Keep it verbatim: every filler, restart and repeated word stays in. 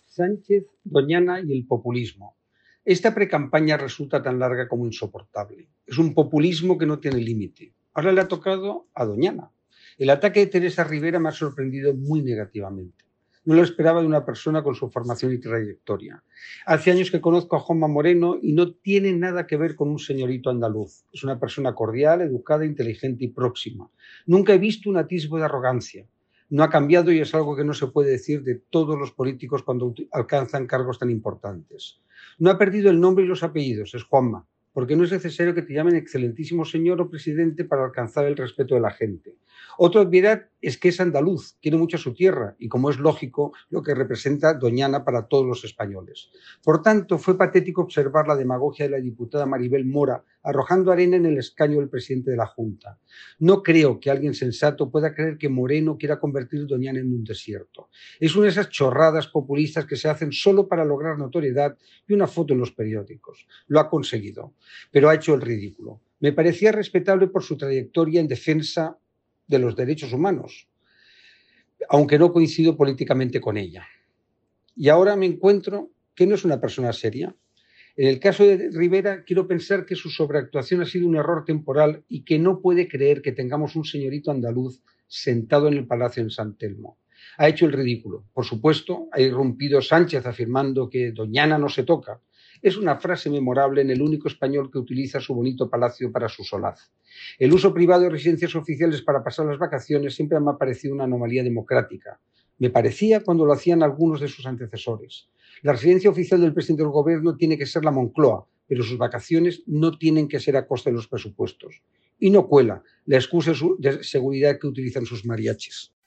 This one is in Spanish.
Sánchez, Doñana y el populismo. Esta precampaña resulta tan larga como insoportable. Es un populismo que no tiene límite. Ahora le ha tocado a Doñana. El ataque de Teresa Rivera me ha sorprendido muy negativamente. No lo esperaba de una persona con su formación y trayectoria. Hace años que conozco a Juanma Moreno y no tiene nada que ver con un señorito andaluz. Es una persona cordial, educada, inteligente y próxima. Nunca he visto un atisbo de arrogancia. No ha cambiado y es algo que no se puede decir de todos los políticos cuando alcanzan cargos tan importantes. No ha perdido el nombre y los apellidos, es Juanma, porque no es necesario que te llamen excelentísimo señor o presidente para alcanzar el respeto de la gente. Otra obviedad es que es andaluz, quiere mucho a su tierra y, como es lógico, lo que representa Doñana para todos los españoles. Por tanto, fue patético observar la demagogia de la diputada Maribel Mora arrojando arena en el escaño del presidente de la Junta. No creo que alguien sensato pueda creer que Moreno quiera convertir Doñana en un desierto. Es una de esas chorradas populistas que se hacen solo para lograr notoriedad y una foto en los periódicos. Lo ha conseguido, pero ha hecho el ridículo. Me parecía respetable por su trayectoria en defensa de los derechos humanos, aunque no coincido políticamente con ella. Y ahora me encuentro que no es una persona seria. En el caso de Rivera, quiero pensar que su sobreactuación ha sido un error temporal y que no puede creer que tengamos un señorito andaluz sentado en el Palacio en San Telmo. Ha hecho el ridículo. Por supuesto, ha irrumpido Sánchez afirmando que Doñana no se toca. Es una frase memorable en el único español que utiliza su bonito palacio para su solaz. El uso privado de residencias oficiales para pasar las vacaciones siempre me ha parecido una anomalía democrática. Me parecía cuando lo hacían algunos de sus antecesores. La residencia oficial del presidente del gobierno tiene que ser la Moncloa, pero sus vacaciones no tienen que ser a costa de los presupuestos. Y no cuela la excusa de seguridad que utilizan sus mariachis.